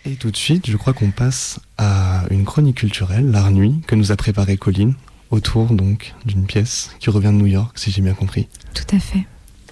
Et tout de suite, je crois qu'on passe à une chronique culturelle, l'Art Nuit, que nous a préparé Colline, autour donc d'une pièce qui revient de New York, si j'ai bien compris. Tout à fait.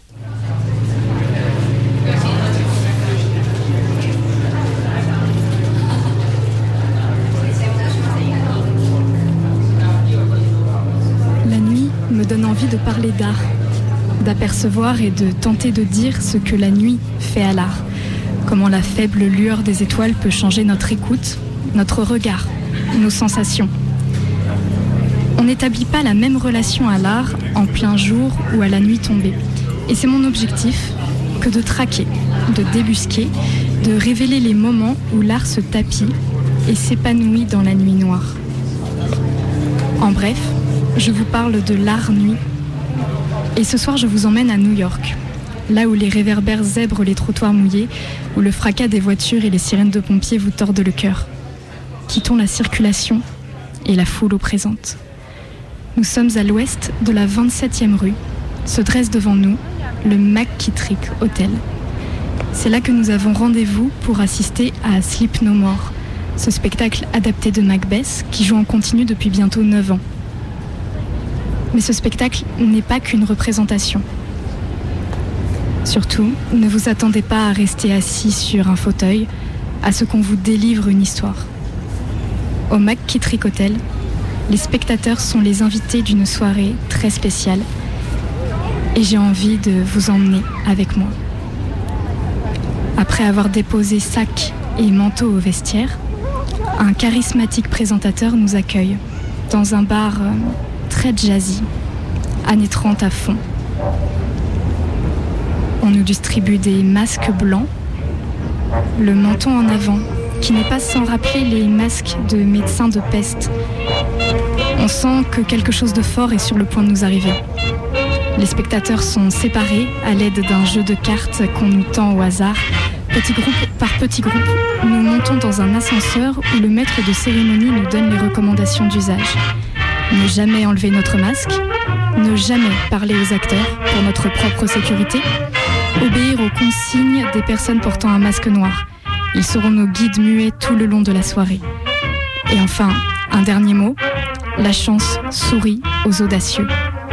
La nuit me donne envie de parler d'art, d'apercevoir et de tenter de dire ce que la nuit fait à l'art. Comment la faible lueur des étoiles peut changer notre écoute, notre regard, nos sensations. On n'établit pas la même relation à l'art en plein jour ou à la nuit tombée. Et c'est mon objectif que de traquer, de débusquer, de révéler les moments où l'art se tapit et s'épanouit dans la nuit noire. En bref, je vous parle de l'Art Nuit. Et ce soir, je vous emmène à New York. Là où les réverbères zèbrent les trottoirs mouillés, où le fracas des voitures et les sirènes de pompiers vous tordent le cœur. Quittons la circulation et la foule oppressante. Nous sommes à l'ouest de la 27e rue. Se dresse devant nous le McKittrick Hotel. C'est là que nous avons rendez-vous pour assister à Sleep No More, ce spectacle adapté de Macbeth qui joue en continu depuis bientôt 9 ans. Mais ce spectacle n'est pas qu'une représentation. Surtout, ne vous attendez pas à rester assis sur un fauteuil, à ce qu'on vous délivre une histoire. Au McKittrick Hotel, les spectateurs sont les invités d'une soirée très spéciale et j'ai envie de vous emmener avec moi. Après avoir déposé sac et manteau au vestiaire, un charismatique présentateur nous accueille dans un bar très jazzy, années 30 à fond. On nous distribue des masques blancs, le menton en avant, qui n'est pas sans rappeler les masques de médecins de peste. On sent que quelque chose de fort est sur le point de nous arriver. Les spectateurs sont séparés à l'aide d'un jeu de cartes qu'on nous tend au hasard. Petit groupe par petit groupe, nous montons dans un ascenseur où le maître de cérémonie nous donne les recommandations d'usage. Ne jamais enlever notre masque, ne jamais parler aux acteurs pour notre propre sécurité, obéir aux consignes des personnes portant un masque noir. Ils seront nos guides muets tout le long de la soirée. Et enfin, un dernier mot, la chance sourit aux audacieux.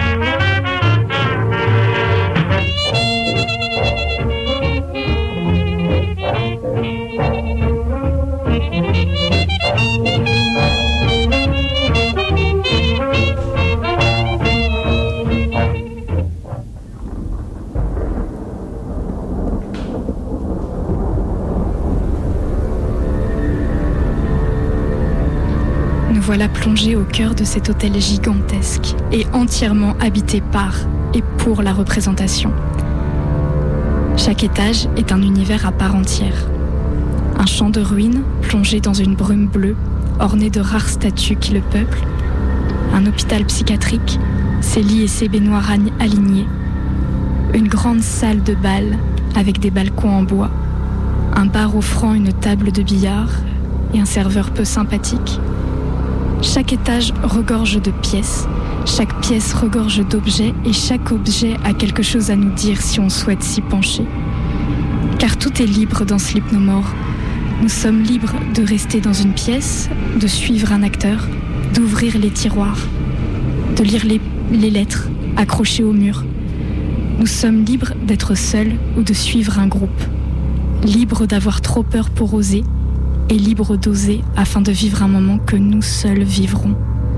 Voilà plongé au cœur de cet hôtel gigantesque et entièrement habité par et pour la représentation. Chaque étage est un univers à part entière. Un champ de ruines plongé dans une brume bleue, orné de rares statues qui le peuplent. Un hôpital psychiatrique, ses lits et ses baignoires alignés. Une grande salle de bal avec des balcons en bois. Un bar offrant une table de billard et un serveur peu sympathique. Chaque étage regorge de pièces, chaque pièce regorge d'objets et chaque objet a quelque chose à nous dire si on souhaite s'y pencher. Car tout est libre dans Sleep No More. Nous sommes libres de rester dans une pièce, de suivre un acteur, d'ouvrir les tiroirs, de lire les lettres accrochées au mur. Nous sommes libres d'être seuls ou de suivre un groupe, libres d'avoir trop peur pour oser, et libre d'oser afin de vivre un moment que nous seuls vivrons.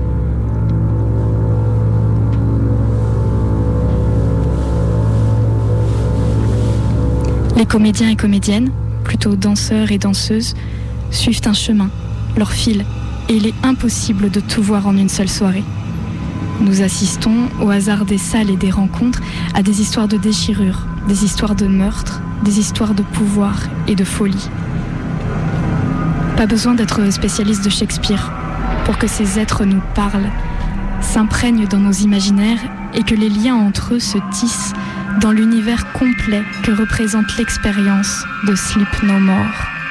Les comédiens et comédiennes, plutôt danseurs et danseuses, suivent un chemin, leur fil, et il est impossible de tout voir en une seule soirée. Nous assistons, au hasard des salles et des rencontres, à des histoires de déchirure, des histoires de meurtre, des histoires de pouvoir et de folie. Pas besoin d'être spécialiste de Shakespeare pour que ces êtres nous parlent, s'imprègnent dans nos imaginaires et que les liens entre eux se tissent dans l'univers complet que représente l'expérience de Sleep No More.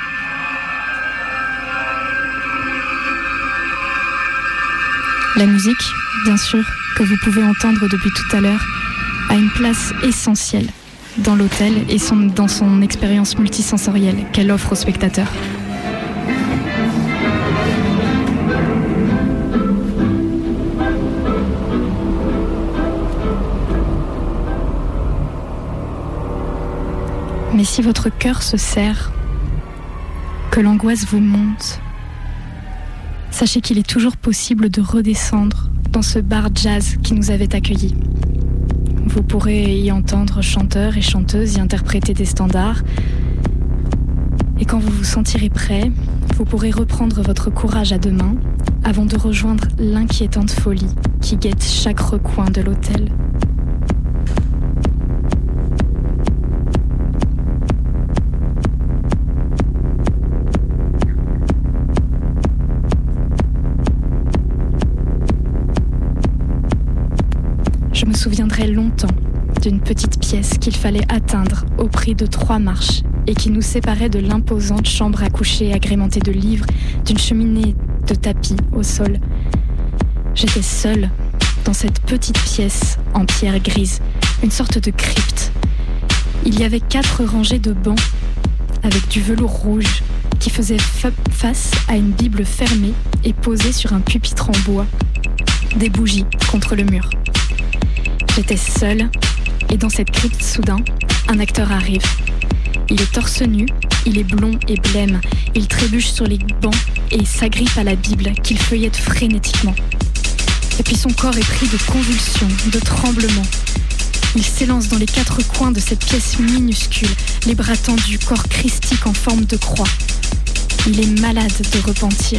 La musique, bien sûr, que vous pouvez entendre depuis tout à l'heure, a une place essentielle dans l'hôtel et dans son expérience multisensorielle qu'elle offre aux spectateurs. Mais si votre cœur se serre, que l'angoisse vous monte, sachez qu'il est toujours possible de redescendre dans ce bar jazz qui nous avait accueillis. Vous pourrez y entendre chanteurs et chanteuses y interpréter des standards. Et quand vous vous sentirez prêt, vous pourrez reprendre votre courage à deux mains avant de rejoindre l'inquiétante folie qui guette chaque recoin de l'hôtel. Je me souviendrai longtemps d'une petite pièce qu'il fallait atteindre au prix de 3 marches et qui nous séparait de l'imposante chambre à coucher agrémentée de livres, d'une cheminée de tapis au sol. J'étais seule dans cette petite pièce en pierre grise, une sorte de crypte. Il y avait 4 rangées de bancs avec du velours rouge qui faisaient face à une Bible fermée et posée sur un pupitre en bois, des bougies contre le mur. J'étais seule, et dans cette crypte, soudain, un acteur arrive. Il est torse nu, il est blond et blême. Il trébuche sur les bancs et s'agrippe à la Bible qu'il feuillette frénétiquement. Et puis son corps est pris de convulsions, de tremblements. Il s'élance dans les 4 coins de cette pièce minuscule, les bras tendus, corps christique en forme de croix. Il est malade de repentir.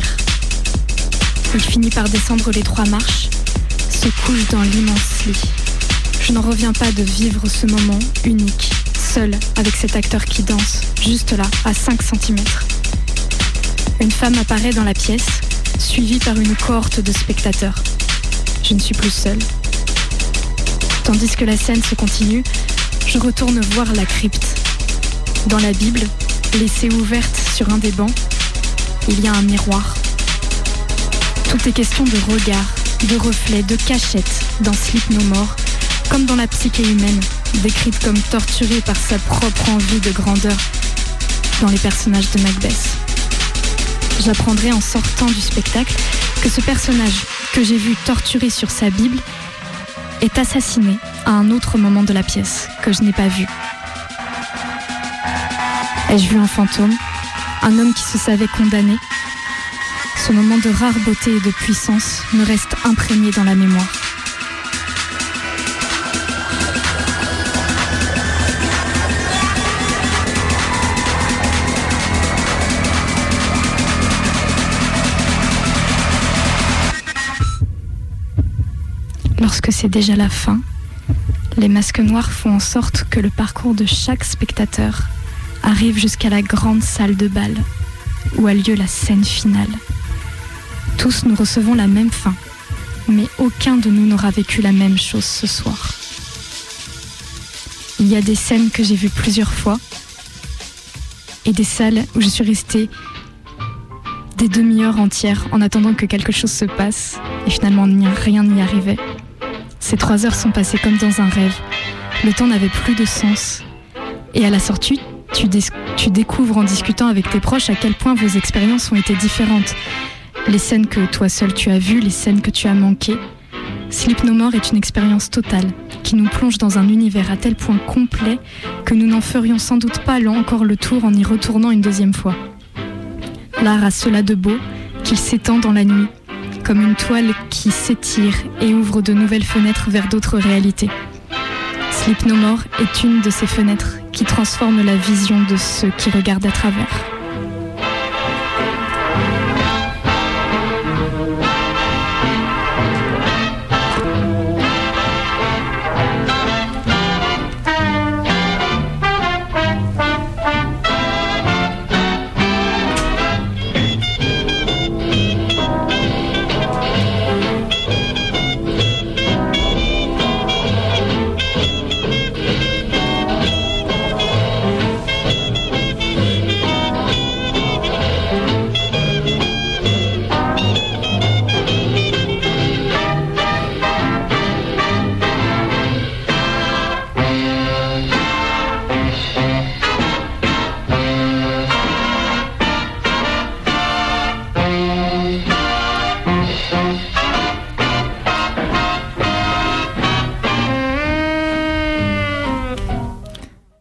Il finit par descendre les 3 marches, se couche dans l'immense lit. Je n'en reviens pas de vivre ce moment unique, seul avec cet acteur qui danse, juste là, à 5 cm. Une femme apparaît dans la pièce, suivie par une cohorte de spectateurs. Je ne suis plus seule. Tandis que la scène se continue, je retourne voir la crypte. Dans la Bible, laissée ouverte sur un des bancs, il y a un miroir. Tout est question de regard, de reflet, de cachette dans Sleep No More, comme dans la psyché humaine, décrite comme torturée par sa propre envie de grandeur dans les personnages de Macbeth. J'apprendrai en sortant du spectacle que ce personnage que j'ai vu torturé sur sa Bible est assassiné à un autre moment de la pièce que je n'ai pas vu. Ai-je vu un fantôme, un homme qui se savait condamné? Ce moment de rare beauté et de puissance me reste imprégné dans la mémoire. Lorsque c'est déjà la fin, les masques noirs font en sorte que le parcours de chaque spectateur arrive jusqu'à la grande salle de bal, où a lieu la scène finale. Tous nous recevons la même fin, mais aucun de nous n'aura vécu la même chose ce soir. Il y a des scènes que j'ai vues plusieurs fois, et des salles où je suis restée des demi-heures entières en attendant que quelque chose se passe, et finalement rien n'y arrivait. Ces 3 heures sont passées comme dans un rêve. Le temps n'avait plus de sens. Et à la sortie, tu découvres en discutant avec tes proches à quel point vos expériences ont été différentes. Les scènes que toi seul tu as vues, les scènes que tu as manquées. Sleep No More est une expérience totale qui nous plonge dans un univers à tel point complet que nous n'en ferions sans doute pas encore le tour en y retournant une deuxième fois. L'art a cela de beau qu'il s'étend dans la nuit, comme une toile qui s'étire et ouvre de nouvelles fenêtres vers d'autres réalités. Sleep No More est une de ces fenêtres qui transforme la vision de ceux qui regardent à travers.